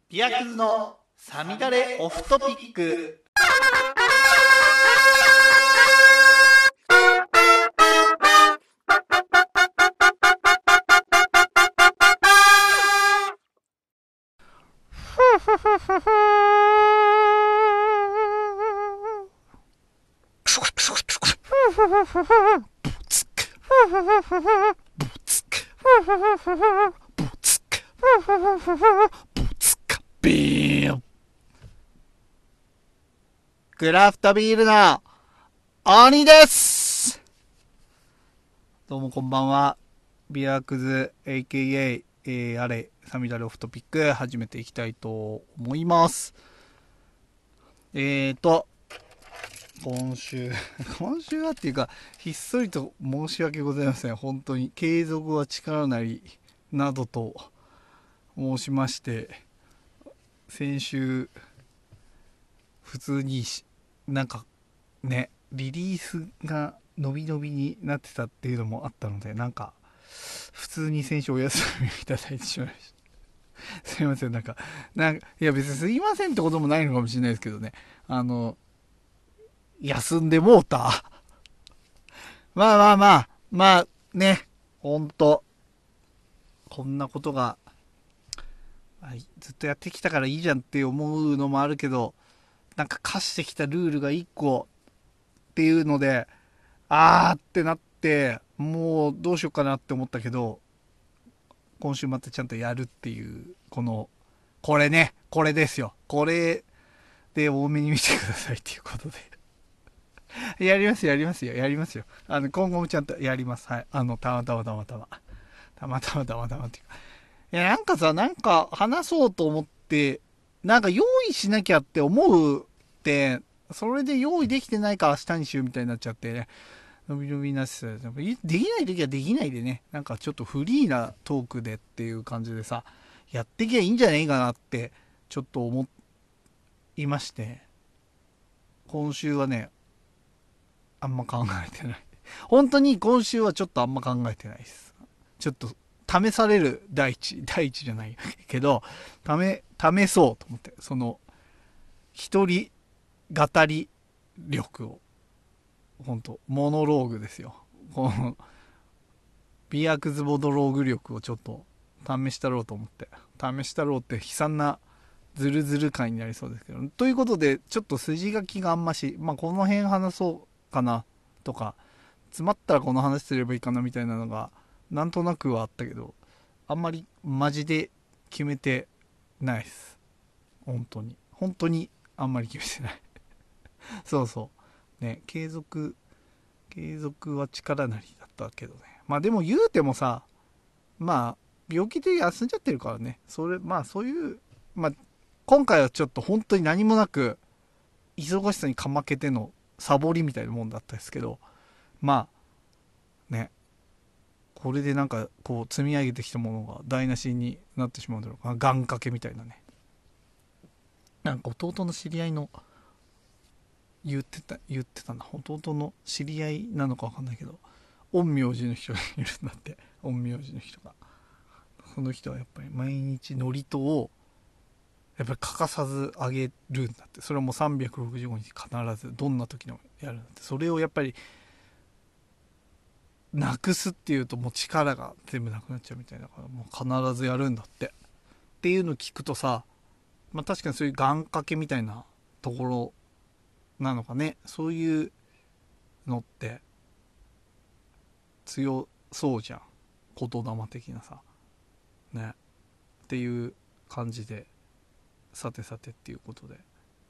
ビアクズのさみだれオフトピック。ビーン。クラフトビールの鬼です。どうもこんばんは。ビアクズ AKA、あれサミダレオフトピック始めていきたいと思います。今週はっていうか、ひっそりと申し訳ございません。本当に継続は力なりなどと申しまして、先週普通になんかねリリースが伸び伸びになってたっていうのもあったので、なんか普通に先週お休みをいただいてしまいました。すいません。なんかいや別にすいませんってこともないのかもしれないですけどね、休んでもうた。まあね、ほんとこんなことがずっとやってきたからいいじゃんって思うのもあるけど、なんか課してきたルールが1個っていうのでってなって、もうどうしようかなって思ったけど、今週またちゃんとやるっていう、これですよ。これで多めに見てくださいっていうことでやりますよ。今後もちゃんとやります。はい。たまたまっていうか、いやなんかさ、なんか話そうと思って、なんか用意しなきゃって思うって、それで用意できてないから明日にしようみたいになっちゃってね、伸び伸びなしさ、できない時はできないでね、なんかちょっとフリーなトークでっていう感じでさ、やってきゃいいんじゃねえかなってちょっと思いまして、今週はねあんま考えてない。本当に今週はちょっとあんま考えてないです。ちょっと試される第一じゃないけど、試そうと思って、その一人語り力を、本当モノローグですよ。このビアクズモノローグ力をちょっと試したろうと思って、試したろうって悲惨なズルズル感になりそうですけど、ということでちょっと筋書きがあんまし、この辺話そうかなとか、詰まったらこの話すればいいかなみたいなのがなんとなくはあったけど、あんまりマジで決めてないです。本当にあんまり決めてないそうね、継続は力なりだったけどね。でも言うてもさ、病気で休んじゃってるからね、そういう今回はちょっと本当に何もなく忙しさにかまけてのサボりみたいなもんだったですけど、ね、これでなんかこう積み上げてきたものが台無しになってしまうんだろうかな。願掛けみたいなね。なんか弟の知り合いの言ってたな。弟の知り合いなのか分かんないけど、陰陽師の人がいるんだって。陰陽師の人が、その人はやっぱり毎日祝詞をやっぱり欠かさずあげるんだって。それはもう365日必ずどんな時でもやるんだって。それをやっぱりなくすっていうともう力が全部なくなっちゃうみたいだから、もう必ずやるんだっていうのを聞くとさ、確かにそういう願掛けみたいなところなのかね。そういうのって強そうじゃん、言霊的なさねっていう感じで、さてっていうことで、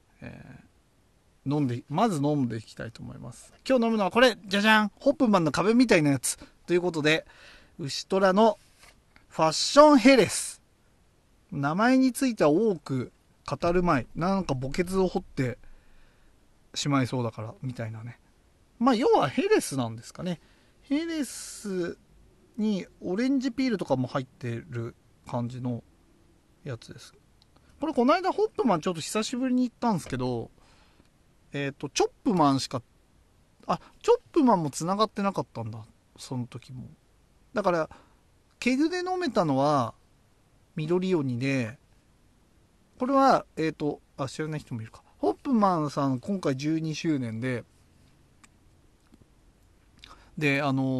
まず飲んでいきたいと思います。今日飲むのはこれ、じゃじゃん、ホップマンの壁みたいなやつということで、牛虎のファッションヘレス。名前については多く語る前、なんか墓穴を掘ってしまいそうだからみたいなね。要はヘレスなんですかね。ヘレスにオレンジピールとかも入ってる感じのやつです。これこの間ホップマンちょっと久しぶりに行ったんですけど、チョップマンしか、チョップマンも繋がってなかったんだ、その時も。だからケグで飲めたのは緑鬼で、 これは、知らない人もいるか。ホップマンさん、今回12周年で、で、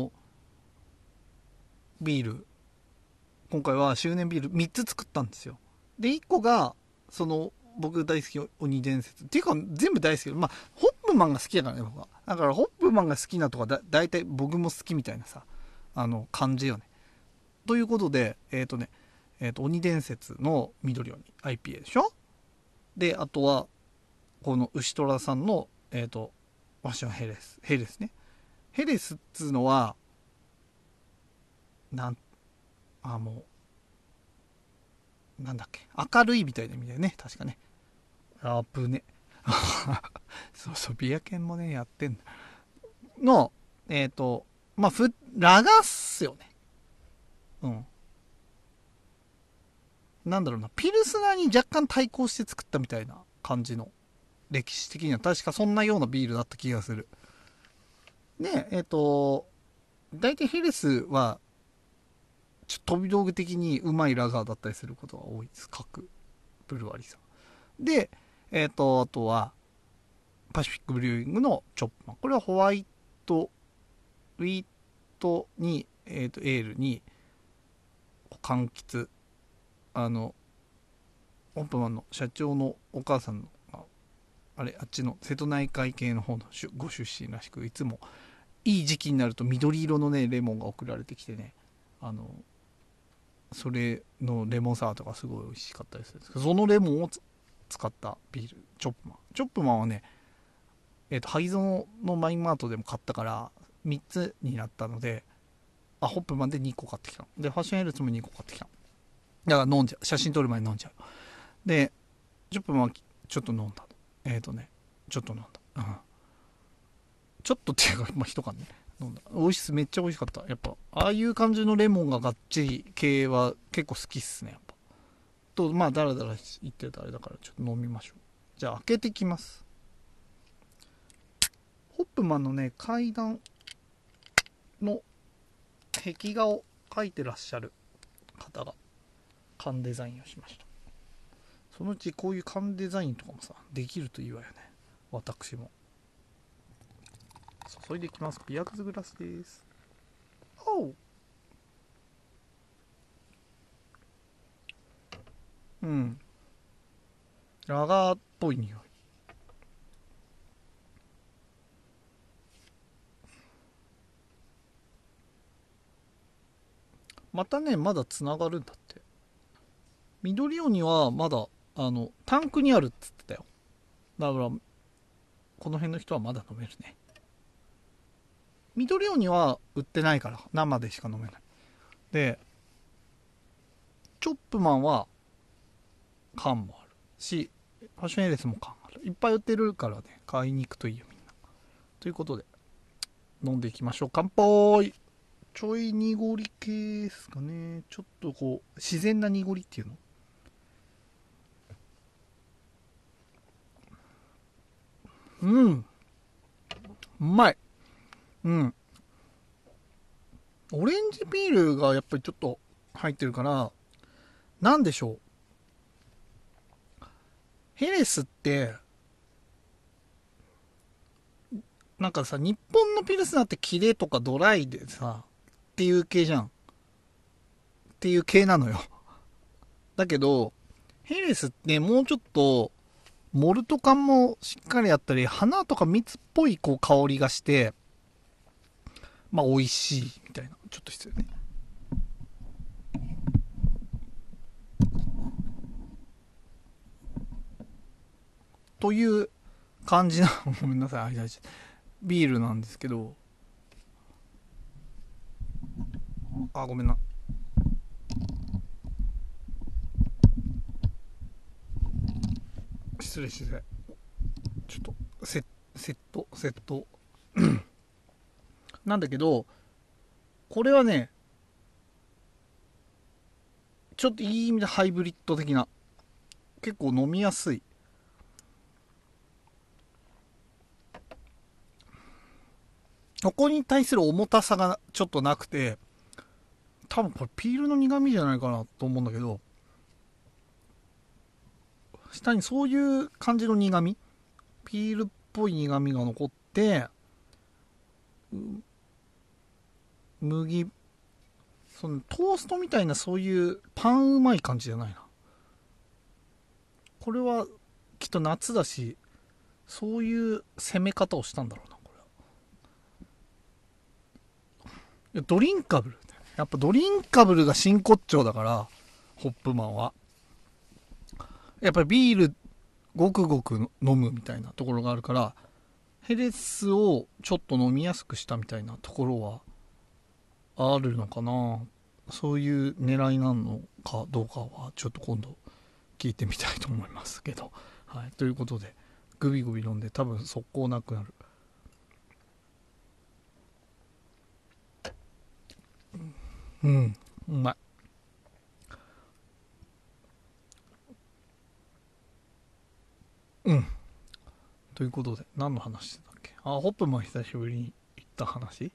ビール、今回は周年ビール3つ作ったんですよ。で、1個が、僕大好き鬼伝説。っていうか、全部大好き。まあ、ホップマンが好きだからね、僕は。だから、ホップマンが好きなとか大体僕も好きみたいなさ、感じよね。ということで、鬼伝説の緑鬼 IPA でしょ。で、あとは、この牛虎さんの、ワッションヘレス。ヘレスね。ヘレスっつうのは、もう、なんだっけ。明るいみたいな意味だよね。確かね。あぶね。そうそう、ビア犬もね、やってんだ。の、まあ、ラガっすよね。うん。なんだろうな、ピルスナーに若干対抗して作ったみたいな感じの、歴史的には確かそんなようなビールだった気がする。で、大体ヘレスは、飛び道具的にうまいラガーだったりすることが多いです。各ブルワリーさん。で、あとは、パシフィックブリューイングのチョップマン。これはホワイト、ウィートに、エールに、柑橘、オップマンの社長のお母さんの、あっちの瀬戸内海系の方のご出身らしく、いつもいい時期になると緑色のね、レモンが送られてきてね、それのレモンサワーとかすごい美味しかったりするんですけど、そのレモンを使ったビール、チョップマン。チョップマンはね、萩園のマインマートでも買ったから3つになったので、ホップマンで2個買ってきたの。で、ファッションヘルツも2個買ってきたの。だから飲んじゃう。写真撮る前に飲んじゃう。で、チョップマンはちょっと飲んだの。ちょっと飲んだ。うん。ちょっとっていうか、まあ、一缶ね。飲んだ。美味しいっす。めっちゃ美味しかった。やっぱ、ああいう感じのレモンががっちり系は結構好きっすね、やっぱ。と、まあ、だらだら言ってたあれだから、ちょっと飲みましょう。じゃあ、開けてきます。ホップマンのね、階段の壁画を描いてらっしゃる方が缶デザインをしました。そのうちこういう缶デザインとかもさ、できるといいわよね。私も。注いでいきます。ビアグズグラスです。おう。うん。ラガーっぽい匂い。またね、まだ繋がるんだって。緑鬼はまだ、タンクにあるっつってたよ。だから、この辺の人はまだ飲めるね。緑鬼は売ってないから、生でしか飲めない。で、チョップマンは缶もあるし、ファッションエレスも缶ある。いっぱい売ってるからね、買いに行くといいよ、みんな。ということで、飲んでいきましょう。乾杯。ちょい濁り系ですかね。ちょっとこう、自然な濁りっていうの。うん。うまい。うん。オレンジビールがやっぱりちょっと入ってるから、なんでしょう。ヘレスって、なんかさ、日本のピルスナーってキレとかドライでさ、っていう系じゃん。っていう系なのよ。だけど、ヘレスってもうちょっと、モルト感もしっかりあったり、花とか蜜っぽいこう香りがして、まあ美味しいみたいな。ちょっと失礼ね。という感じな、ごめんなさい、ビールなんですけど、ごめんな。失礼。ちょっと、セット。なんだけど、これはね、ちょっといい意味でハイブリッド的な。結構飲みやすい。ここに対する重たさがちょっとなくて、多分これピールの苦味じゃないかなと思うんだけど、 下にそういう感じの苦味、ピールっぽい苦味が残って、麦、そのトーストみたいなそういうパンうまい感じじゃないな。これはきっと夏だし、そういう攻め方をしたんだろうな、これは。いやドリンカブル。やっぱドリンカブルが真骨頂だから、ホップマンは。やっぱりビールごくごく飲むみたいなところがあるから、ヘレスをちょっと飲みやすくしたみたいなところはあるのかな。そういう狙いなのかどうかはちょっと今度聞いてみたいと思いますけど。はい。ということで、グビグビ飲んで多分速攻なくなる。うん、うまい。うん。ということで、何の話だっけ。あ、ホップマン久しぶりに行った話。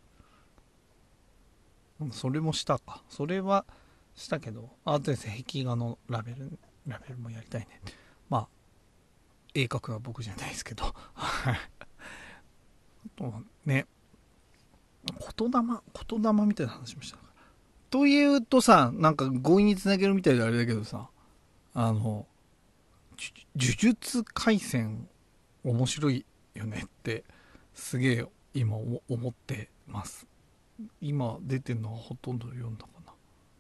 うん、それもしたか。それはしたけど、あとですね、壁画のラベルもやりたいね。まあ、鋭角は僕じゃないですけど。はい。あとね、言霊みたいな話もした。というとさ、なんか強引につなげるみたいであれだけどさ、あの、呪術廻戦面白いよねってすげえ今思ってます。今出てるのはほとんど読んだかな。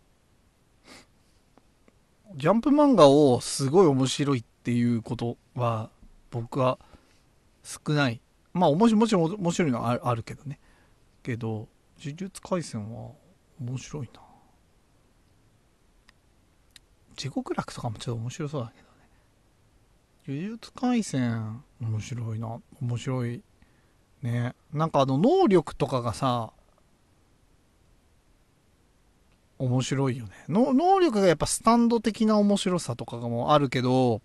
ジャンプ漫画をすごい面白いっていうことは僕は少ない。まあもちろん面白いのはあるけどね。けど呪術廻戦は面白いな。地獄楽とかもちょっと面白そうだけどね。呪術廻戦面白いな。面白いね。なんか能力とかがさ、面白いよね。能力がやっぱスタンド的な面白さとかもあるけど、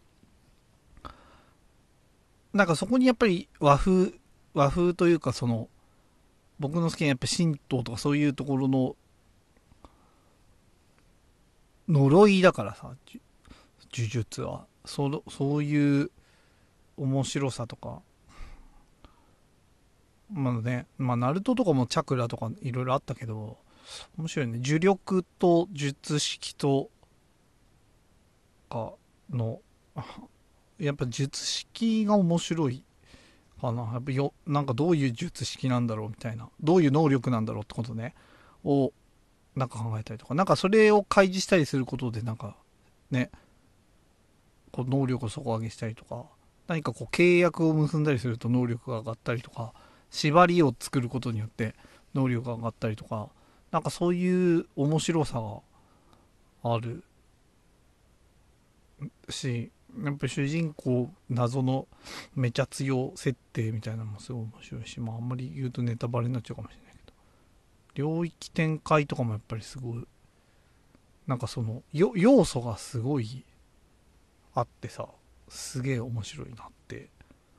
なんかそこにやっぱり和風というかその、僕の好きなやっぱ神道とかそういうところの呪いだからさ、呪術は。そういう面白さとか、まあね、まあナルトとかもチャクラとかいろいろあったけど、面白いね。呪力と術式とかの、やっぱ術式が面白いかな。やっぱなんかどういう術式なんだろうみたいな。どういう能力なんだろうってことね。を、なんか考えたりとか。なんかそれを開示したりすることで、なんか、ね、こう能力を底上げしたりとか、何かこう契約を結んだりすると能力が上がったりとか、縛りを作ることによって能力が上がったりとか、なんかそういう面白さがあるし、やっぱり主人公謎のめちゃ強設定みたいなのもすごい面白いし、まああんまり言うとネタバレになっちゃうかもしれないけど、領域展開とかもやっぱりすごい、なんかその要素がすごいあってさ、すげえ面白いなって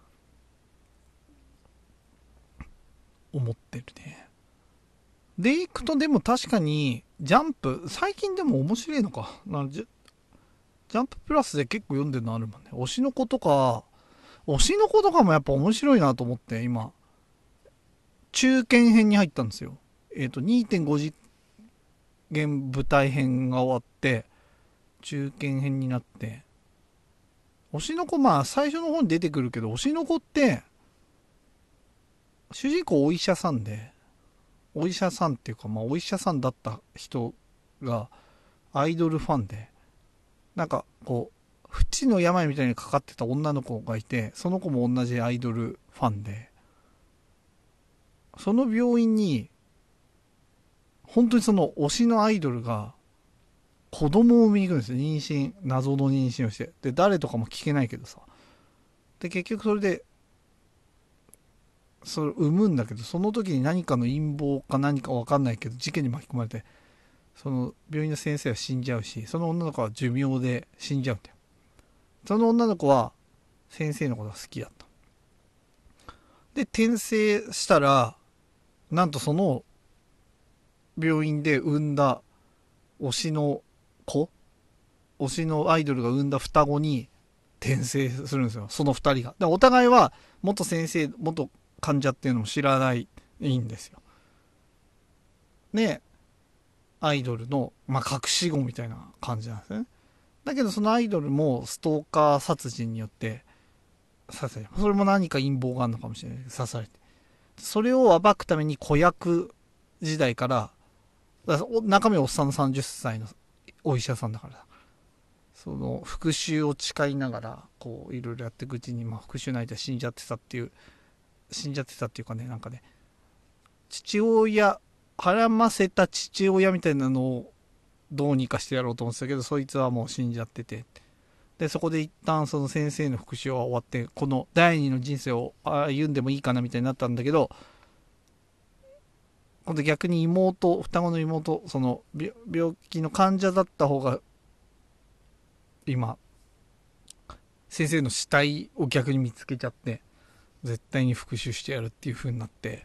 思ってるね。でいくとでも確かにジャンプ最近でも面白いのかな。ジャンププラスで結構読んでるのあるもんね。推しの子とかもやっぱ面白いなと思って、今、中堅編に入ったんですよ。2.5次元舞台編が終わって、中堅編になって、推しの子、まあ最初の方に出てくるけど、推しの子って、主人公お医者さんで、お医者さんっていうか、まあお医者さんだった人がアイドルファンで、なんかこう、不治の病みたいにかかってた女の子がいて、その子も同じアイドルファンで、その病院に、本当にその推しのアイドルが子供を産みに行くんですよ。謎の妊娠をして。で、誰とかも聞けないけどさ。で、結局それで、それ産むんだけど、その時に何かの陰謀か何かわかんないけど、事件に巻き込まれて、その病院の先生は死んじゃうし、その女の子は寿命で死んじゃうんだよ。その女の子は先生のことが好きだった。で、転生したら、なんとその病院で産んだ推しの子推しのアイドルが産んだ双子に転生するんですよ、その二人が。でお互いは元先生元患者っていうのも知らないんですよ。でアイドルの、まあ、隠し子みたいな感じなんですね。だけどそのアイドルもストーカー殺人によって刺され、それも何か陰謀があるのかもしれないけど刺されて、それを暴くために子役時代から中身はおっさんの30歳のお医者さんだから、その復讐を誓いながらこういろいろやっていくうちに、まあ、復讐の相手は死んじゃってたっていうかね、なんかね、父親絡ませた父親みたいなのをどうにかしてやろうと思ってたけど、そいつはもう死んじゃってて、でそこで一旦その先生の復讐は終わって、この第二の人生を歩んでもいいかなみたいになったんだけど、今度逆に双子の妹、その病気の患者だった方が今先生の死体を逆に見つけちゃって、絶対に復讐してやるっていう風になって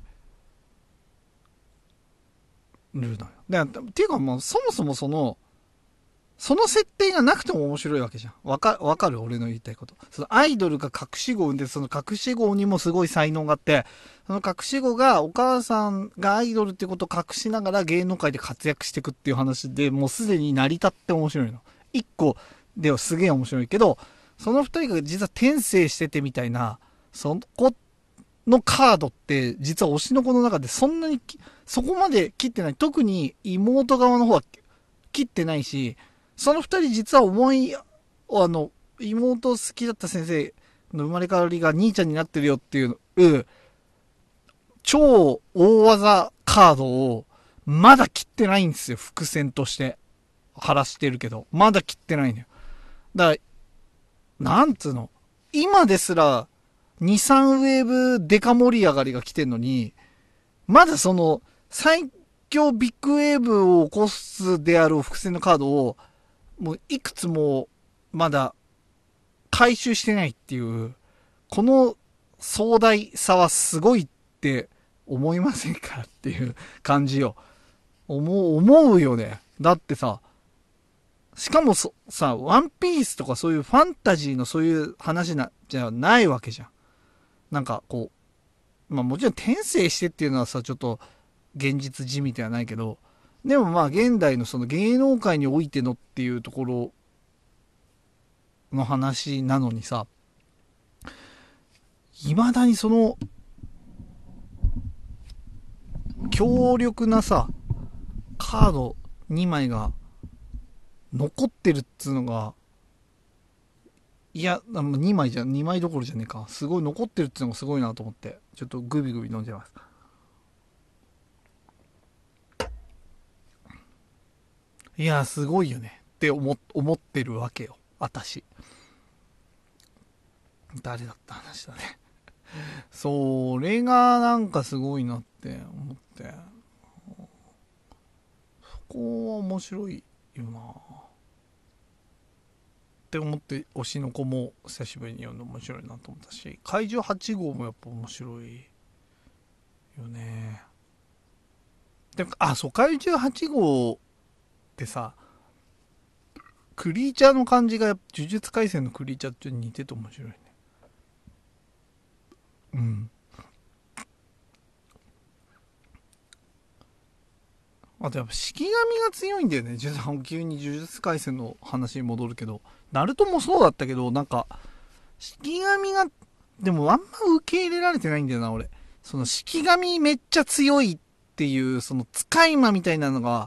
るのよ。っていうかもうそもそもその設定がなくても面白いわけじゃん。わかる俺の言いたいこと。そのアイドルが隠し子を産んで、その隠し子にもすごい才能があって、その隠し子がお母さんがアイドルってことを隠しながら芸能界で活躍していくっていう話で、もうすでに成り立って面白いの。一個ではすげえ面白いけど、その二人が実は転生しててみたいな、そこのカードって実は推しの子の中でそんなにそこまで切ってない。特に妹側の方は切ってないし、その二人実は妹好きだった先生の生まれ変わりが兄ちゃんになってるよっていう超大技カードをまだ切ってないんですよ。伏線として晴らしてるけどまだ切ってないのよ。だからなんつうの、今ですら2、3ウェーブデカ盛り上がりが来てんのに、まだその最強ビッグウェーブを起こすであろう伏線のカードをもういくつもまだ回収してないっていう、この壮大さはすごいって思いませんかっていう感じよ。思うよね。だってさ、しかもさ、ワンピースとかそういうファンタジーのそういう話じゃないわけじゃん。なんかこう、まあもちろん転生してっていうのはさ、ちょっと現実地味ではないけど、でもまあ現代のその芸能界においてのっていうところの話なのにさ、未だにその強力なさカード2枚が残ってるっつうのが、いや2枚じゃ2枚どころじゃねえか、すごい残ってるっつうのがすごいなと思って、ちょっとグビグビ飲んじゃいます。いやすごいよねって思ってるわけよ私。誰だった話だね。それがなんかすごいなって思って、そこは面白いよなって思って、推しの子も久しぶりに読んで面白いなと思ったし、怪獣8号もやっぱ面白いよね。でそう怪獣8号ってさ、クリーチャーの感じが呪術廻戦のクリーチャーと似てて面白いね。うん。あとやっぱ式神が強いんだよね。急に呪術廻戦の話に戻るけど、ナルトもそうだったけど、なんか式神がでもあんま受け入れられてないんだよな俺。その式神めっちゃ強いっていうその使い魔みたいなのが、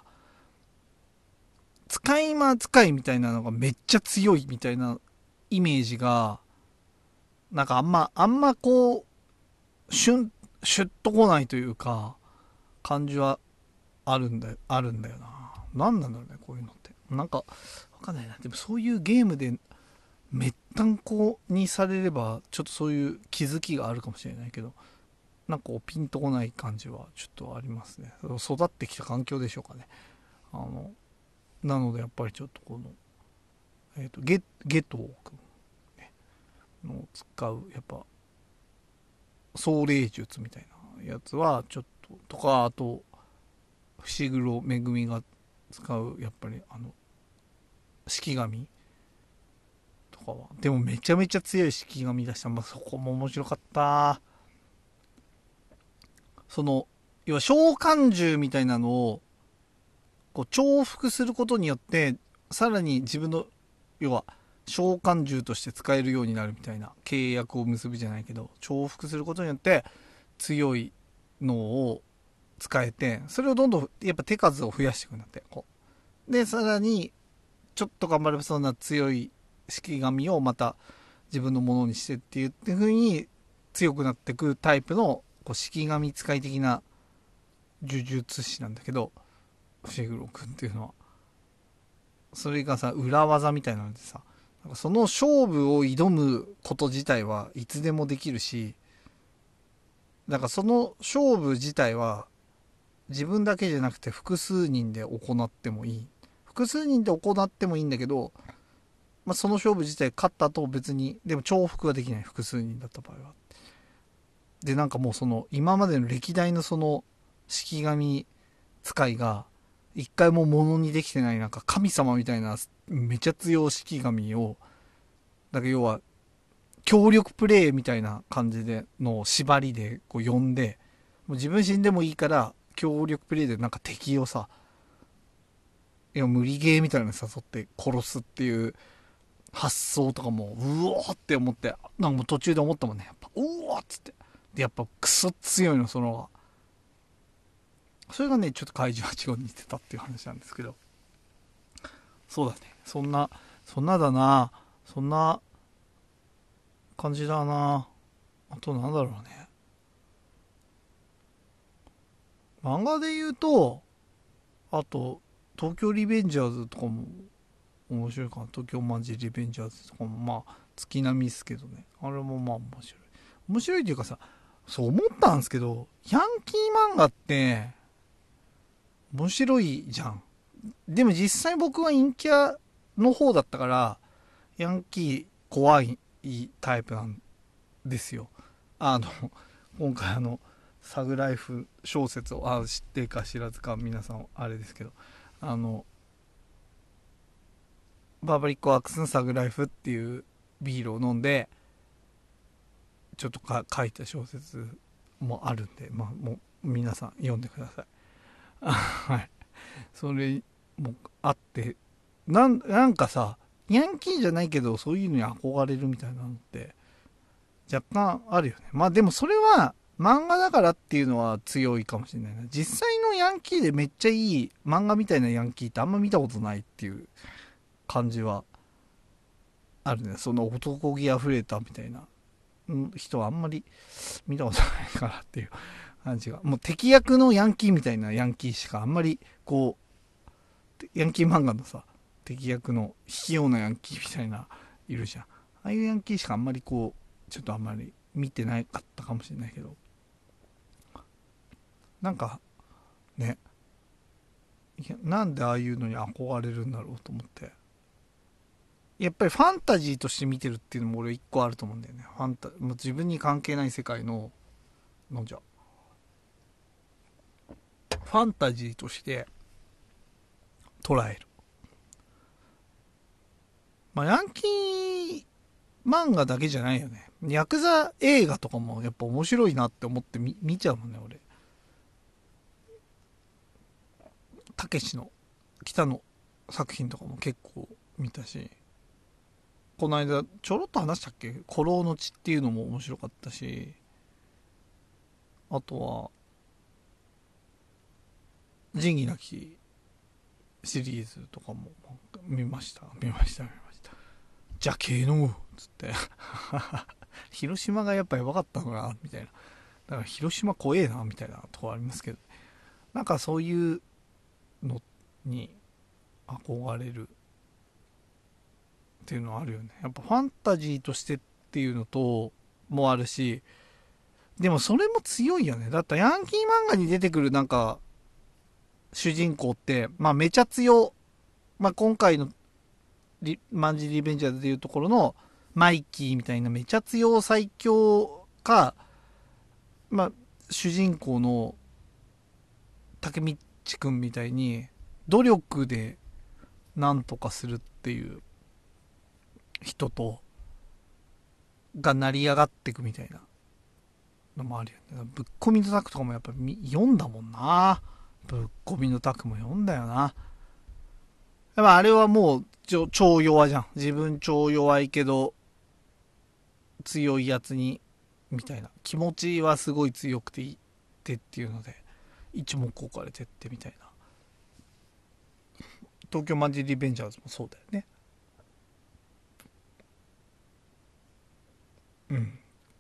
使い魔使いみたいなのがめっちゃ強いみたいなイメージが、なんかあんまこうシュッとこないというか感じはあるんだよな。なんなんだろうねこういうのって。なんかわかんないな。でもそういうゲームでめったんこにされればちょっとそういう気づきがあるかもしれないけど、なんかこうピンとこない感じはちょっとありますね。育ってきた環境でしょうかね。なのでやっぱりちょっとこの、ゲトー君の使うやっぱ壮霊術みたいなやつはちょっととか、あと伏黒めぐみが使うやっぱり式神とかは。でもめちゃめちゃ強い式神出した。まあ、そこも面白かった。その、要は召喚獣みたいなのを、こう重複することによって、さらに自分の、要は、召喚獣として使えるようになるみたいな契約を結ぶじゃないけど、重複することによって強いのを使えて、それをどんどんやっぱ手数を増やしていくんだって。こうで、さらに、ちょっと頑張ればそんな強い式神をまた自分のものにしてっていう風に強くなっていくタイプのこう式神使い的な呪術師なんだけど、伏黒くんっていうのは。それがさ、裏技みたいなのでさ、なんかその勝負を挑むこと自体はいつでもできるし、だからその勝負自体は自分だけじゃなくて複数人で行ってもいい。複数人で行ってもいいんだけど、まあ、その勝負自体勝ったと別に、でも重複はできない。複数人だった場合は。で、なんかもうその今までの歴代のその式神使いが一回も物にできてないなんか神様みたいなめちゃ強式神を、だから要は協力プレイみたいな感じでの縛りでこう呼んで、もう自分死んでもいいから協力プレイでなんか敵をさ、いや無理ゲーみたいなの誘って殺すっていう発想とかもうおーって思って、なんかもう途中で思ったもんね。やっぱうおーっつって、でやっぱクソ強いのその、それがねちょっと怪獣8号に似てたっていう話なんですけど、そうだね、そんなだな、そんな感じだな。あとなんだろうね、漫画で言うと、あと東京リベンジャーズとかも面白いかな。東京マジリベンジャーズとかもまあ月並みっすけどね、あれもまあ面白いっていうかさ、そう思ったんですけど、ヤンキー漫画って面白いじゃん。でも実際僕は陰キャの方だったから、ヤンキー怖いタイプなんですよ。あの、今回サグライフ小説を、知ってるか知らずか皆さんあれですけど、あの、バーバリックワークスのサグライフっていうビールを飲んで、ちょっと書いた小説もあるんで、まあもう皆さん読んでください。はい。それもあって、なんかさ、ヤンキーじゃないけどそういうのに憧れるみたいなのって若干あるよね。まあでもそれは漫画だからっていうのは強いかもしれないな。実際のヤンキーでめっちゃいい漫画みたいなヤンキーってあんま見たことないっていう感じはあるね。その男気あふれたみたいな人はあんまり見たことないかなっていう感じが。もう敵役のヤンキーみたいなヤンキーしかあんまりこう、ヤンキー漫画のさ、敵役の卑怯なヤンキーみたいないるじゃん。ああいうヤンキーしかあんまりこう、ちょっとあんまり見てなかったかもしれないけど、なんかね、なんでああいうのに憧れるんだろうと思って。やっぱりファンタジーとして見てるっていうのも俺一個あると思うんだよね。もう自分に関係ない世界の、じゃファンタジーとして捉える。まあヤンキー漫画だけじゃないよね。ヤクザ映画とかもやっぱ面白いなって思って見ちゃうもんね、俺。たけしの北の作品とかも結構見たし、この間ちょろっと話したっけ、古老の血っていうのも面白かったし、あとは仁義なきシリーズとかも見ました。じゃあ芸能っつって広島がやっぱやばかったのかなみたいな。だから広島怖えなみたいなとこありますけど、なんかそういうのに憧れるっていうのはあるよね。やっぱファンタジーとしてっていうのともあるし、でもそれも強いよね。だったらヤンキー漫画に出てくるなんか主人公ってまあめちゃ強、まあ今回のマンジリベンジャーズでいうところのマイキーみたいなめちゃ強最強か、まあ主人公の竹道くんみたいに努力でなんとかするっていう人とが成り上がっていくみたいなのもあるよね。ぶっ込みのタクとかもやっぱ読んだもんな。ぶっ込みのタクも読んだよな。やっぱあれはもう超弱じゃん。自分超弱いけど強いやつにみたいな、気持ちはすごい強くていってっていうので一目置かれてってみたいな。東京マジリベンジャーズもそうだよね。うん。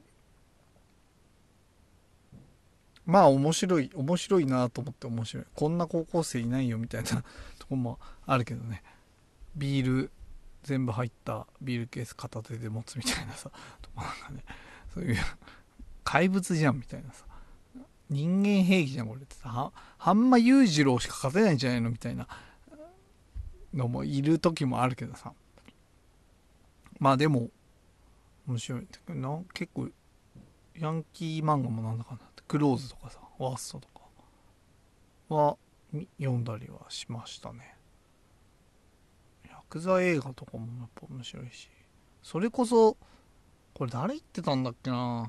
まあ面白いなと思って。面白い、こんな高校生いないよみたいなとこもあるけどね。ビール全部入ったビールケース片手で持つみたいなさ、とかなんかね、そういう怪物じゃんみたいなさ、人間兵器じゃんこれってさ、ハンマ裕次郎しか勝てないんじゃないのみたいなのもいる時もあるけどさ。まあでも面白いな。結構ヤンキー漫画もなんだかんだって、クローズとかさ、ワーストとかは読んだりはしましたね。ヤクザ映画とかもやっぱ面白いし、それこそ、これ誰言ってたんだっけな。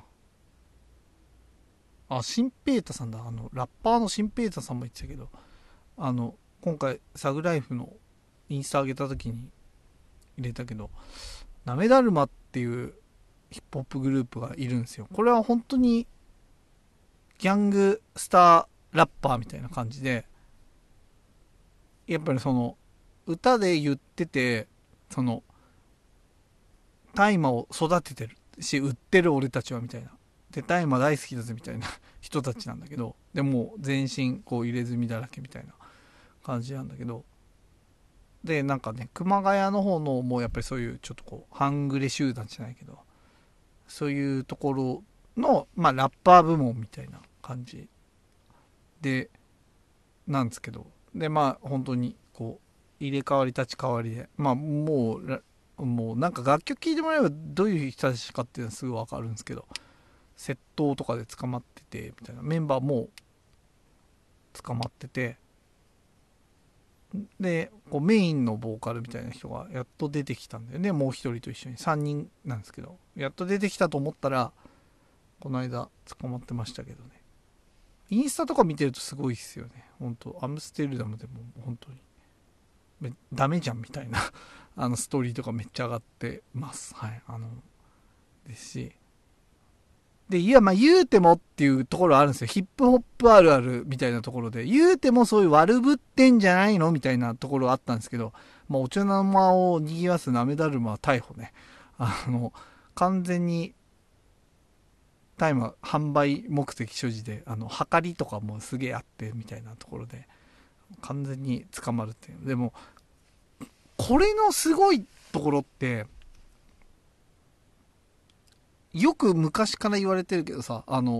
あ、シンペータさんだ。ラッパーのシンペータさんも言ってたけど、今回サグライフのインスタ上げた時に入れたけど、なめだるまっていうヒップホップグループがいるんですよ。これは本当にギャングスターラッパーみたいな感じで、やっぱりその歌で言ってて、その大麻を育ててるし売ってる俺たちはみたいな、で大麻大好きだぜみたいな人たちなんだけど、でも全身こう入れ墨だらけみたいな感じなんだけど、でなんかね、熊谷の方のもうやっぱりそういうちょっとこう半グレ集団じゃないけど、そういうところのまあラッパー部門みたいな感じでなんですけど、でまあ本当にこう入れ替わり立ち替わりで、まあもうなんか楽曲聴いてもらえばどういう人たちかっていうのはすぐ分かるんですけど、窃盗とかで捕まっててみたいな、メンバーも捕まってて、でこうメインのボーカルみたいな人がやっと出てきたんだよね。もう一人と一緒に3人なんですけど、やっと出てきたと思ったらこの間捕まってましたけどね。インスタとか見てるとすごいっすよね本当。アムステルダムでも本当にダメじゃんみたいなストーリーとかめっちゃ上がってます。はい。ですし、でいやまあ言うてもっていうところあるんですよ。ヒップホップあるあるみたいなところで、言うてもそういう悪ぶってんじゃないのみたいなところあったんですけど、まあお茶の間を賑わすなめだるまは逮捕ね。完全に大麻販売目的所持で、計りとかもすげえあってみたいなところで完全に捕まるっていう。でもこれのすごいところって、よく昔から言われてるけどさ、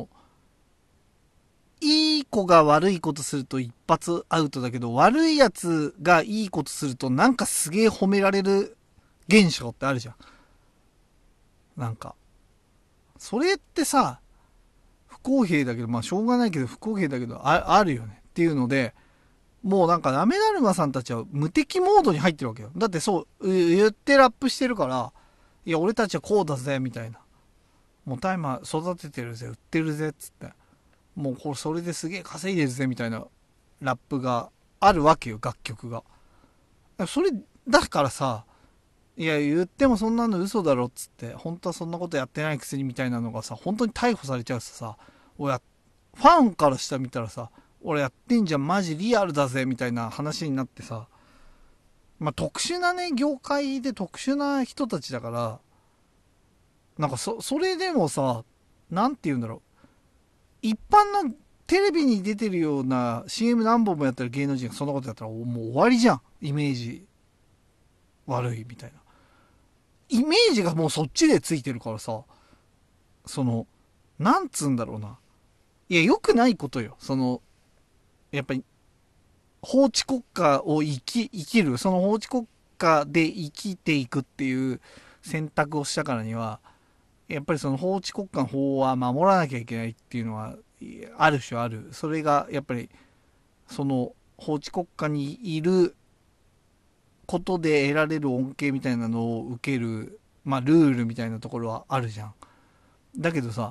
いい子が悪いことすると一発アウトだけど、悪いやつがいいことするとなんかすげえ褒められる現象ってあるじゃん。なんかそれってさ、不公平だけど、まあしょうがないけど不公平だけど、あるよねっていうので、もうなんかなめだるまさんたちは無敵モードに入ってるわけよ。だってそう言ってラップしてるから、いや俺たちはこうだぜみたいな、もう大麻育ててるぜ売ってるぜっつって、もうこれそれですげえ稼いでるぜみたいなラップがあるわけよ、楽曲が。それだからさ、いや言ってもそんなの嘘だろっつって、本当はそんなことやってないくせにみたいなのがさ、本当に逮捕されちゃうとさ、俺ファンからしたら見たらさ、俺やってんじゃんマジリアルだぜみたいな話になってさ、まあ特殊なね、業界で特殊な人たちだから、なんかそれでもさ、なんて言うんだろう、一般のテレビに出てるような CM 何本もやってる芸能人がそんなことやったらもう終わりじゃん。イメージ悪いみたいな。イメージがもうそっちでついてるからさ、その、なんつうんだろうな。いや、良くないことよ。やっぱり、法治国家を生きる、その法治国家で生きていくっていう選択をしたからには、やっぱりその法治国家の法は守らなきゃいけないっていうのは、ある種ある。それが、やっぱり、その法治国家にいることで得られる恩恵みたいなのを受ける、まあルールみたいなところはあるじゃん。だけどさ、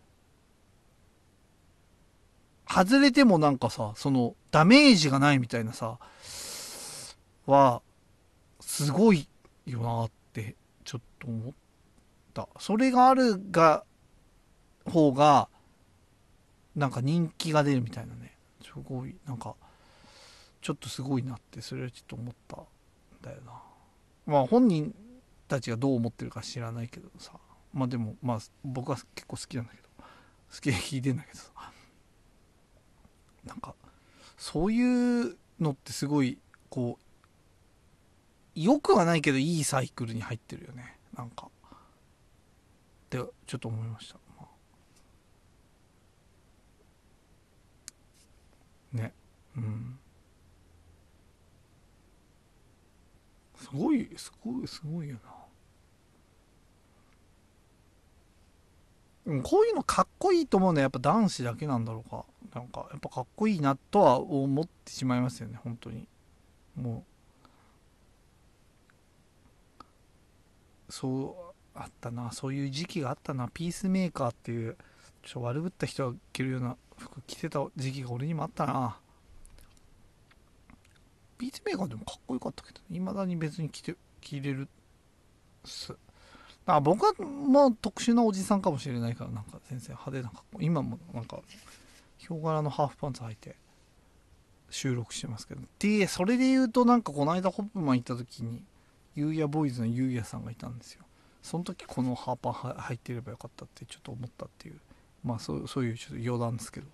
外れてもなんかさ、そのダメージがないみたいなさ、は、すごいよなってちょっと思った。それがあるが、方が、なんか人気が出るみたいなね。すごい、なんか、ちょっとすごいなって、それはちょっと思ったんだよな。まあ本人たちがどう思ってるか知らないけどさ。まあでも、まあ僕は結構好きなんだけど、好きで聞いてんだけどさ。なんか、そういうのってすごい、こう、良くはないけどいいサイクルに入ってるよね。なんか、ってちょっと思いました。まあ、ね。うん。すごい、すごい、すごいよな。うん、こういうのかっこいいと思うのはやっぱ男子だけなんだろうか。なんか、やっぱかっこいいなとは思ってしまいますよね、本当に。もう、そう、あったな。そういう時期があったな。ピースメーカーっていう、ちょっと悪ぶった人が着るような服着てた時期が俺にもあったな。ピースメーカーでもかっこよかったけど、未だに別に着れるっす。あ、僕はもう特殊なおじさんかもしれないから、なんか先生派手な格好。今もなんか、ヒョウ柄のハーフパンツ履いて収録してますけど。で、それで言うとなんかこの間ホップマン行った時に、ゆうやボーイズのゆうやさんがいたんですよ。その時このハーパン入ってればよかったってちょっと思ったっていう。まあそういうちょっと余談ですけど。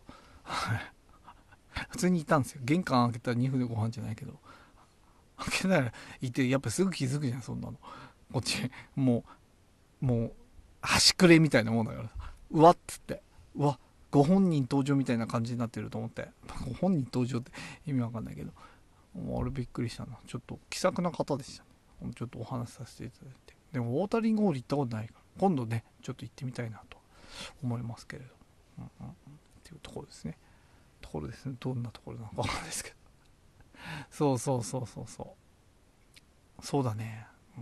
普通にいたんですよ。玄関開けたら2分でご飯じゃないけど。開けたらいて、やっぱすぐ気づくじゃん、そんなの。こっち、もう、端くれみたいなもんだから。うわっつって。うわ、ご本人登場みたいな感じになってると思って。ご本人登場って意味わかんないけど。もうあれびっくりしたな。ちょっと気さくな方でしたね。ちょっとお話しさせていただいて。でも、ウォータリングホール行ったことないから、今度ね、ちょっと行ってみたいなと思いますけれど。っていうところですね。ところですね。どんなところなのかわかんないですけど。そうそうそうそうそう。そうだね。うん。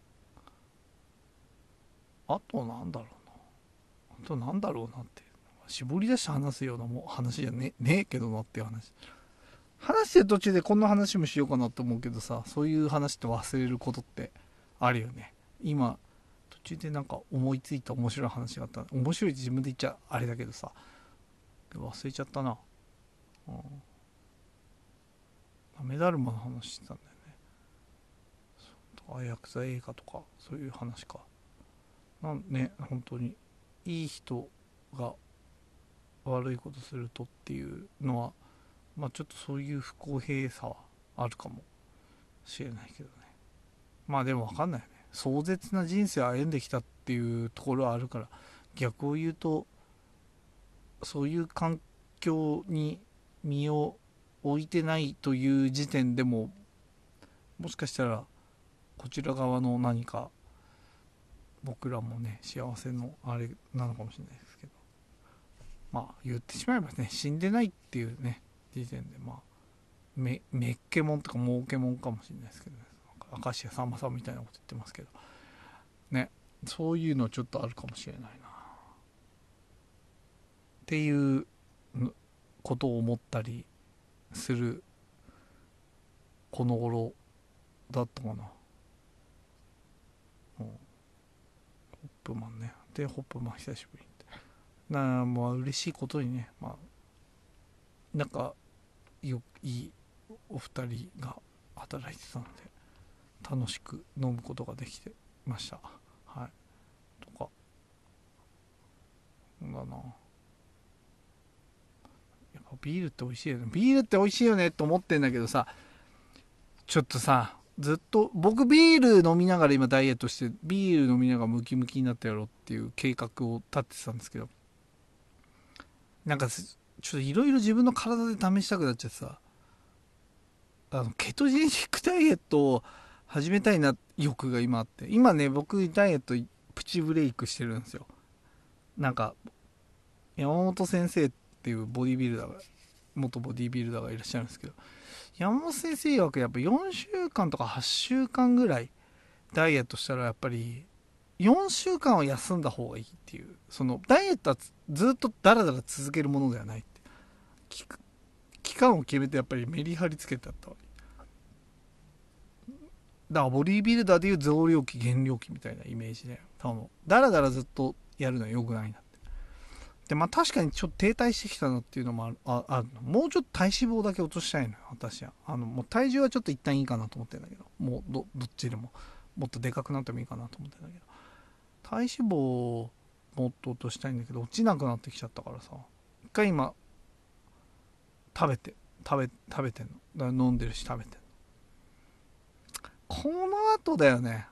あとなんだろうな。あとなんだろうなって。絞り出して話すようなも話じゃねえけどなっていう話。話してる途中でこんな話もしようかなって思うけどさ、そういう話って忘れることってあるよね。今、途中でなんか思いついた面白い話があった。面白いって自分で言っちゃあれだけどさ、忘れちゃったな。うん、メダルマの話してたんだよね。とか、ヤクザ映画とか、そういう話か。ね、本当に、いい人が悪いことするとっていうのは、まあちょっとそういう不公平さはあるかもしれないけどね。まあでも分かんないよね。壮絶な人生を歩んできたっていうところはあるから、逆を言うと、そういう環境に身を置いてないという時点でも、もしかしたらこちら側の何か僕らもね、幸せのあれなのかもしれないですけど、まあ言ってしまえばね、死んでないっていうね時点で、まあめっけもんとか儲けもんかもしれないですけどね。明石家さんまさんみたいなこと言ってますけどね、そういうのちょっとあるかもしれないなっていうことを思ったりするこの頃だったかな。ホップマンね。でホップマン久しぶりな、まあ嬉しいことにね、まあなんかいいお二人が働いてたので楽しく飲むことができてました。はい。とかだな。やっぱビールって美味しいよね。ビールって美味しいよねと思ってんだけどさ、ちょっとさ、ずっと僕ビール飲みながら今ダイエットしてビール飲みながらムキムキになってやろうっていう計画を立ててたんですけど、なんかちょっといろいろ自分の体で試したくなっちゃってさ、ケトジェニックダイエットを始めたいな欲が今あって、今ね僕ダイエットプチブレイクしてるんですよ。なんか山本先生っていうボディビルダーが元ボディービルダーがいらっしゃるんですけど、山本先生曰くやっぱ4週間とか8週間ぐらいダイエットしたらやっぱり4週間は休んだ方がいいっていう、そのダイエットはずっとダラダラ続けるものではないって、期間を決めてやっぱりメリハリつけてやった方がいい。だからボディービルダーでいう増量期減量期みたいなイメージで、多分ダラダラずっとやるのは良くないなって。でまあ確かにちょっと停滞してきたなっていうのもあるの。もうちょっと体脂肪だけ落としたいのよ私は。もう体重はちょっと一旦いいかなと思ってるんだけど、もうどっちでももっとでかくなってもいいかなと思ってるんだけど、体脂肪をもっと落としたいんだけど落ちなくなってきちゃったからさ、一回今食べてんの。だから飲んでるし食べてんの。この後だよね。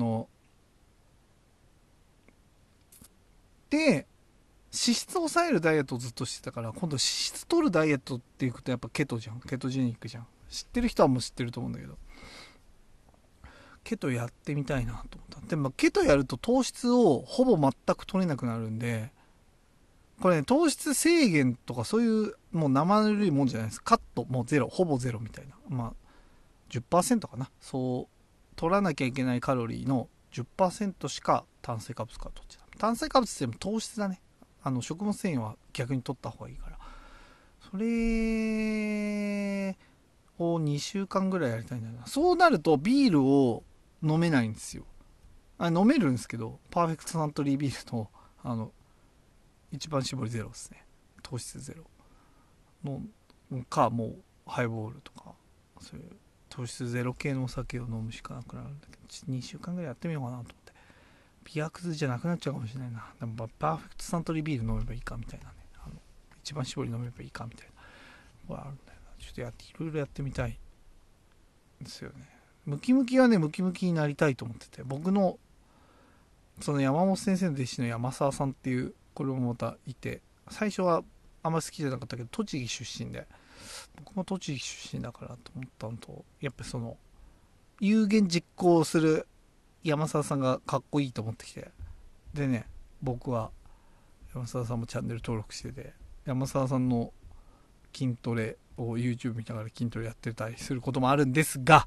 で脂質を抑えるダイエットをずっとしてたから、今度脂質取るダイエットっていくとやっぱケトじゃん。ケトジェニックじゃん。知ってる人はもう知ってると思うんだけど、ケトやってみたいなと思った。でもケトやると糖質をほぼ全く取れなくなるんで、これね、糖質制限とかそういうもう生ぬるいもんじゃないです。カットもうゼロ、ほぼゼロみたいな、まあ 10% かな、そう取らなきゃいけないカロリーの 10% しか炭水化物から取っちゃう。炭水化物っても糖質だね。食物繊維は逆に取った方がいいから、それを2週間ぐらいやりたいんだよな。そうなるとビールを飲めないんですよ。飲めるんですけど、パーフェクトサントリービールと一番搾りゼロですね。糖質ゼロのか、もうハイボールとかそういう糖質ゼロ系のお酒を飲むしかなくなるんだけど、2週間ぐらいやってみようかなと思って。美薬じゃなくなっちゃうかもしれないな。でもパーフェクトサントリービール飲めばいいかみたいなね、一番搾り飲めばいいかみたいなこれあるんだよな。ちょっといろいろやってみたいですよね。ムキムキはね、ムキムキになりたいと思ってて、僕のその山本先生の弟子の山沢さんっていう、これもまたいて、最初はあんまり好きじゃなかったけど栃木出身で、僕も栃木出身だからと思ったのと、やっぱりその有言実行する山沢さんがかっこいいと思ってきて、でね、僕は山沢さんもチャンネル登録してて、山沢さんの筋トレを YouTube 見ながら筋トレやってたりすることもあるんですが、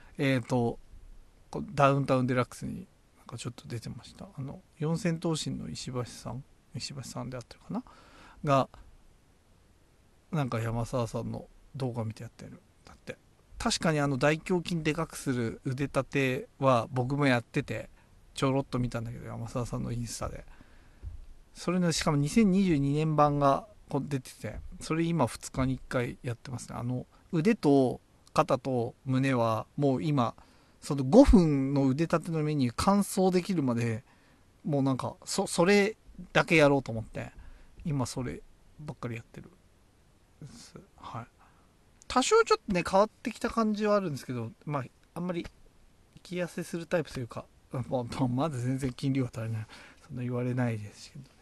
ダウンタウンデラックスになんかちょっと出てました。四千頭身の石橋さんであってるかなが、なんか山沢さんの動画見てやってる。だって確かに大胸筋でかくする腕立ては僕もやっててちょろっと見たんだけど、山沢さんのインスタでそれのしかも2022年版が出てて、それ今2日に1回やってますね。腕と肩と胸はもう今その5分の腕立てのメニュー完走できるまで、もうなんかそれだけやろうと思って今そればっかりやってるです。はい。多少ちょっとね変わってきた感じはあるんですけど、まああんまり気痩せするタイプというか、まだ全然筋量は足りない、そんな言われないですけど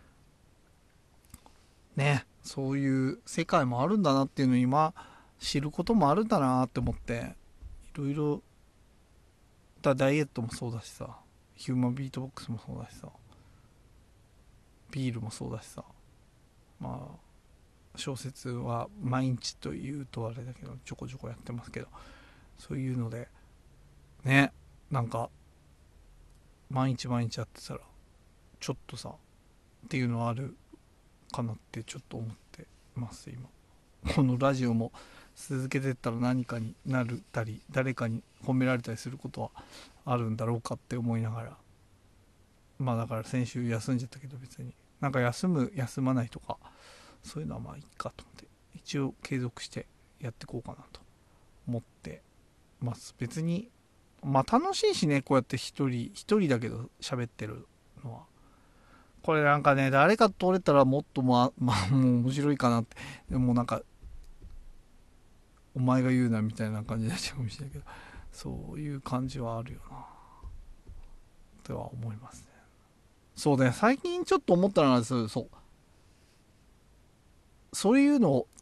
ね。そういう世界もあるんだなっていうのを今知ることもあるんだなって思って、いろいろダイエットもそうだしさ、ヒューマンビートボックスもそうだしさ、ビールもそうだしさ、まあ小説は毎日というとあれだけどちょこちょこやってますけど、そういうのでね、なんか毎日やってたらちょっとさっていうのはあるかなってちょっと思ってます今。このラジオも続けてったら何かになるたり誰かに褒められたりすることはあるんだろうかって思いながら、まあだから先週休んじゃったけど、別になんか休まないとかそういうのはまあいいかと思って一応継続してやっていこうかなと思ってます。別にまあ楽しいしね、こうやって一人だけど喋ってるのは。これなんかね、誰かと撮れたらもっともう面白いかなって。でもなんかお前が言うなみたいな感じになっちゃうかもしれないけど、そういう感じはあるよなとは思いますね。そうね、最近ちょっと思ったのはそういうのを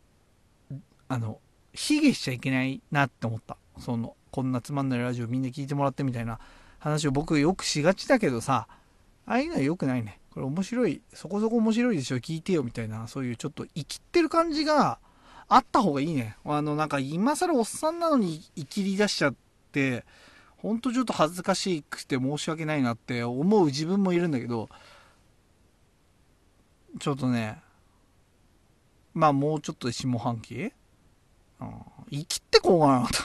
卑下しちゃいけないなって思った。こんなつまんないラジオみんな聞いてもらってみたいな話を僕よくしがちだけどさ、ああいうのは良くないね。これ面白い、そこそこ面白いでしょ、聞いてよみたいな、そういうちょっと生きってる感じがあった方がいいね。なんか今更おっさんなのに生きり出しちゃって、ほんとちょっと恥ずかしくて申し訳ないなって思う自分もいるんだけど、ちょっとね、まあもうちょっとで下半期、うん、生きってこうかなと。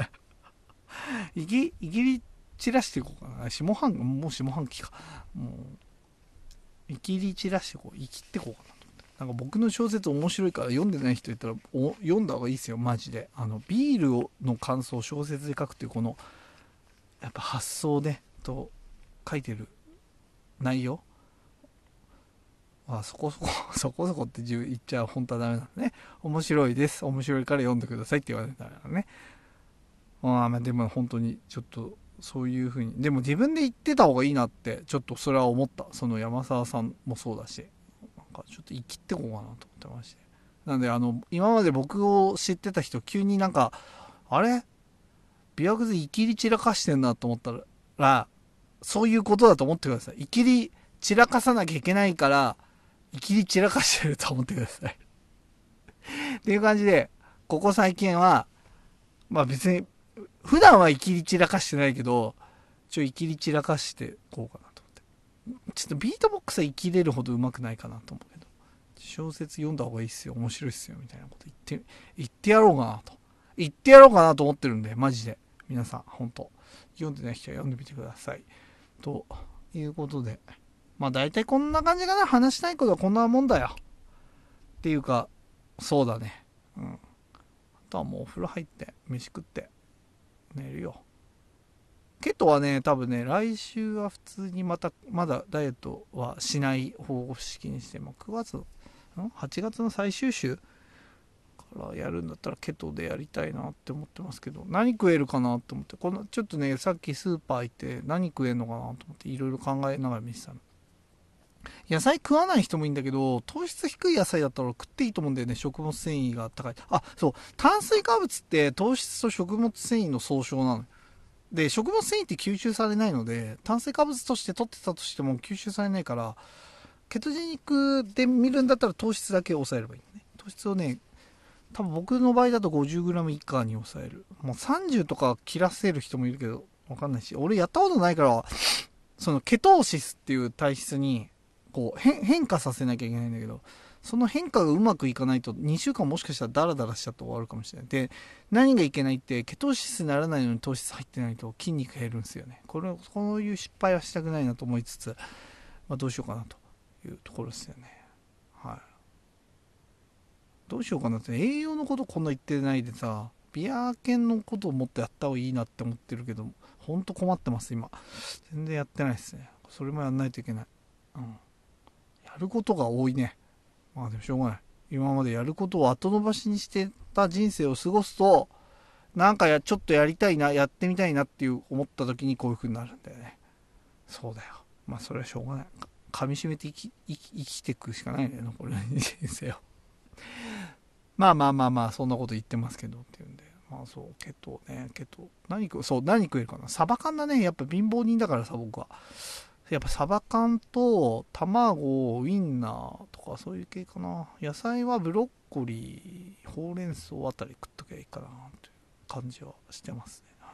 生きり散らしていこうかな。もう下半期か。もう、生きり散らしてこう、生きってこうかな。なんか僕の小説面白いから読んでない人いたら読んだ方がいいですよマジで。ビールの感想を小説で書くっていうこのやっぱ発想ねと書いてる内容はそこそこそこそこって言っちゃ本当はダメなんでね。面白いです、面白いから読んでくださいって言われたらね。まあでも本当にちょっとそういう風にでも自分で言ってた方がいいなってちょっとそれは思った。その山沢さんもそうだし、なんかちょっと生きってこうかなと思ってまして。なんで今まで僕を知ってた人急になんかあれビアグズ生きり散らかしてんなと思ったらそういうことだと思ってください。生きり散らかさなきゃいけないから生きり散らかしてると思ってください。っていう感じでここ最近はまあ別に普段は生きり散らかしてないけど生きり散らかしてこうかなと思って。ちょっとビートボックスは生きれるほど上手くないかなと思うけど、小説読んだ方がいいっすよ面白いっすよみたいなこと言ってやろうかなと言ってやろうかなと思ってるんでマジで皆さん本当読んでない人は読んでみてくださいということで、まあ大体こんな感じかな。話したいことはこんなもんだよっていうか、そうだね、うん、あとはもうお風呂入って飯食って寝るよ。ケトはね多分ね来週は普通にまだダイエットはしない方式にして、も9月8月の最終週からやるんだったらケトでやりたいなって思ってますけど、何食えるかなと思って、このちょっとねさっきスーパー行って何食えるのかなと思っていろいろ考えながら見てたの。野菜食わない人もいいんだけど糖質低い野菜だったら食っていいと思うんだよね。食物繊維が高い。あ、そう炭水化物って糖質と食物繊維の総称なので、食物繊維って吸収されないので炭水化物として取ってたとしても吸収されないから、ケトジェニックで見るんだったら糖質だけ抑えればいいね。糖質をね多分僕の場合だと 50g 以下に抑える。もう30とか切らせる人もいるけどわかんないし、俺やったことないからそのケトーシスっていう体質にこう変化させなきゃいけないんだけど、その変化がうまくいかないと2週間もしかしたらダラダラしちゃって終わるかもしれない。で何がいけないってケトーシスにならないのに糖質入ってないと筋肉減るんですよね。こういう失敗はしたくないなと思いつつ、まあ、どうしようかなというところですよね。はい。どうしようかなって、栄養のことこんな言ってないでさビア犬のことをもっとやった方がいいなって思ってるけど、ほんと困ってます今。全然やってないですね。それもやんないといけない。うん。やることが多いね。まあでもしょうがない。今までやることを後延ばしにしてた人生を過ごすと、なんかちょっとやりたいな、やってみたいなっていう思った時にこういう風になるんだよね。そうだよ。まあそれはしょうがない。噛み締めて生きていくしかないね、残りの人生を。まあまあまあまあ、そんなこと言ってますけどっていうんで。まあそう、何食えるかな。サバ缶だね。やっぱ貧乏人だからさ、僕は。やっぱサバ缶と卵、ウインナーとかそういう系かな。野菜はブロッコリー、ほうれん草あたり食っときゃいいかなという感じはしてますね。はい、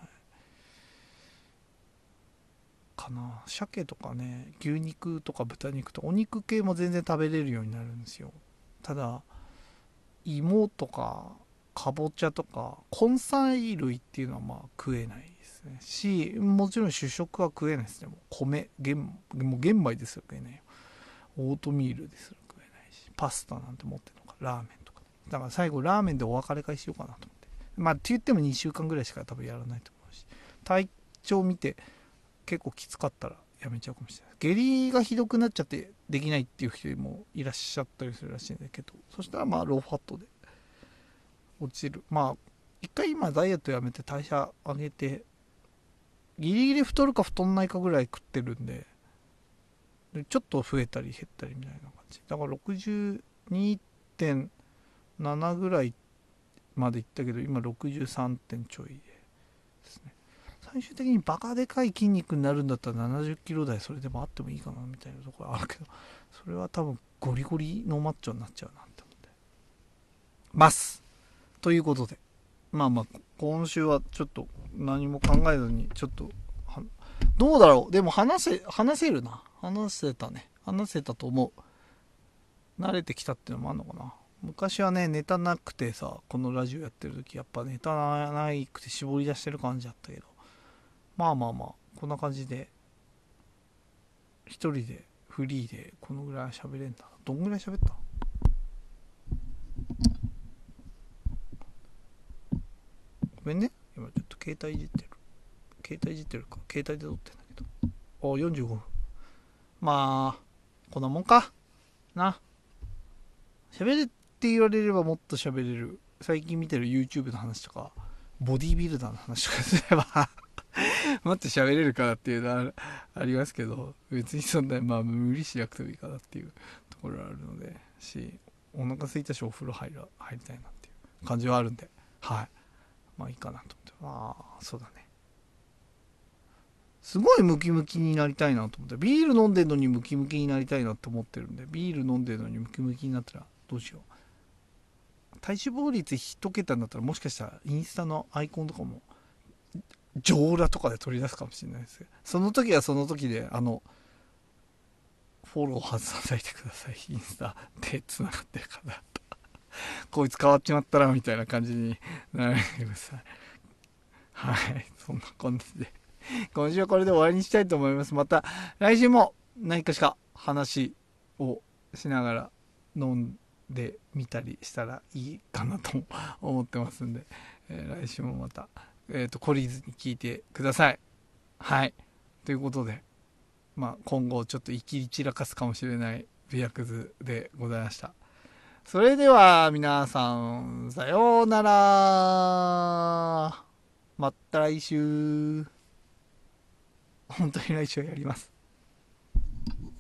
かな。鮭とかね、牛肉とか豚肉とかお肉系も全然食べれるようになるんですよ。ただ、芋とかかぼちゃとか根菜類っていうのはまあ食えないですねし、もちろん主食は食えないですね。もうもう玄米ですら食えないよ。オートミールですら食えないし、パスタなんて持ってるのか、ラーメンとか。だから最後ラーメンでお別れ会しようかなと思って。まあって言っても2週間ぐらいしか多分やらないと思うし、体調見て結構きつかったらやめちゃうかもしれない。下痢がひどくなっちゃってできないっていう人もいらっしゃったりするらしいんだけど、そしたらまあローファットで落ちる。まあ一回今ダイエットやめて代謝上げてギリギリ太るか太んないかぐらい食ってるんで、ちょっと増えたり減ったりみたいな感じだから、62.7ぐらいまでいったけど今63点ちょいですね。最終的にバカでかい筋肉になるんだったら70キロ台それでもあってもいいかなみたいなところあるけど、それは多分ゴリゴリのマッチョになっちゃうなって思ってます。 ということで、まあまあ、今週はちょっと何も考えずに、ちょっと、どうだろう。でも話せるな。話せたね。話せたと思う。慣れてきたっていうのもあるのかな。昔はね、ネタなくてさ、このラジオやってる時やっぱネタなくて絞り出してる感じだったけど、まあまあまあ、こんな感じで、一人でフリーでこのぐらい喋れんだ。どんぐらい喋った？ごめんね。今ちょっと携帯いじってる。携帯いじってるか。携帯で撮ってんだけど。45分。まあ、こんなもんか。な。喋れって言われればもっと喋れる。最近見てる YouTube の話とか、ボディービルダーの話とかすればもっと喋れるからっていうのはありますけど、別にそんな、まあ無理しなくてもいいかなっていうところがあるので、お腹空いたしお風呂入りたいなっていう感じはあるんで、はい。まあいいかなと思って。まあ、そうだね。すごいムキムキになりたいなと思って、ビール飲んでるのにムキムキになりたいなって思ってるんで、ビール飲んでるのにムキムキになったらどうしよう。体脂肪率1桁になったらもしかしたらインスタのアイコンとかも上裸とかで取り出すかもしれないですけど、その時はその時でフォロー外さないでください。インスタで繋がってるからこいつ変わっちまったらみたいな感じにならないでください。はい、そんな感じで今週はこれで終わりにしたいと思います。また来週も何かしか話をしながら飲んでみたりしたらいいかなと思ってますんで、来週もまた、懲りずに聞いてください。はい。ということで、まあ、今後ちょっと生きり散らかすかもしれないビアクズでございました。それでは皆さん、さようなら。また来週。本当に来週やります。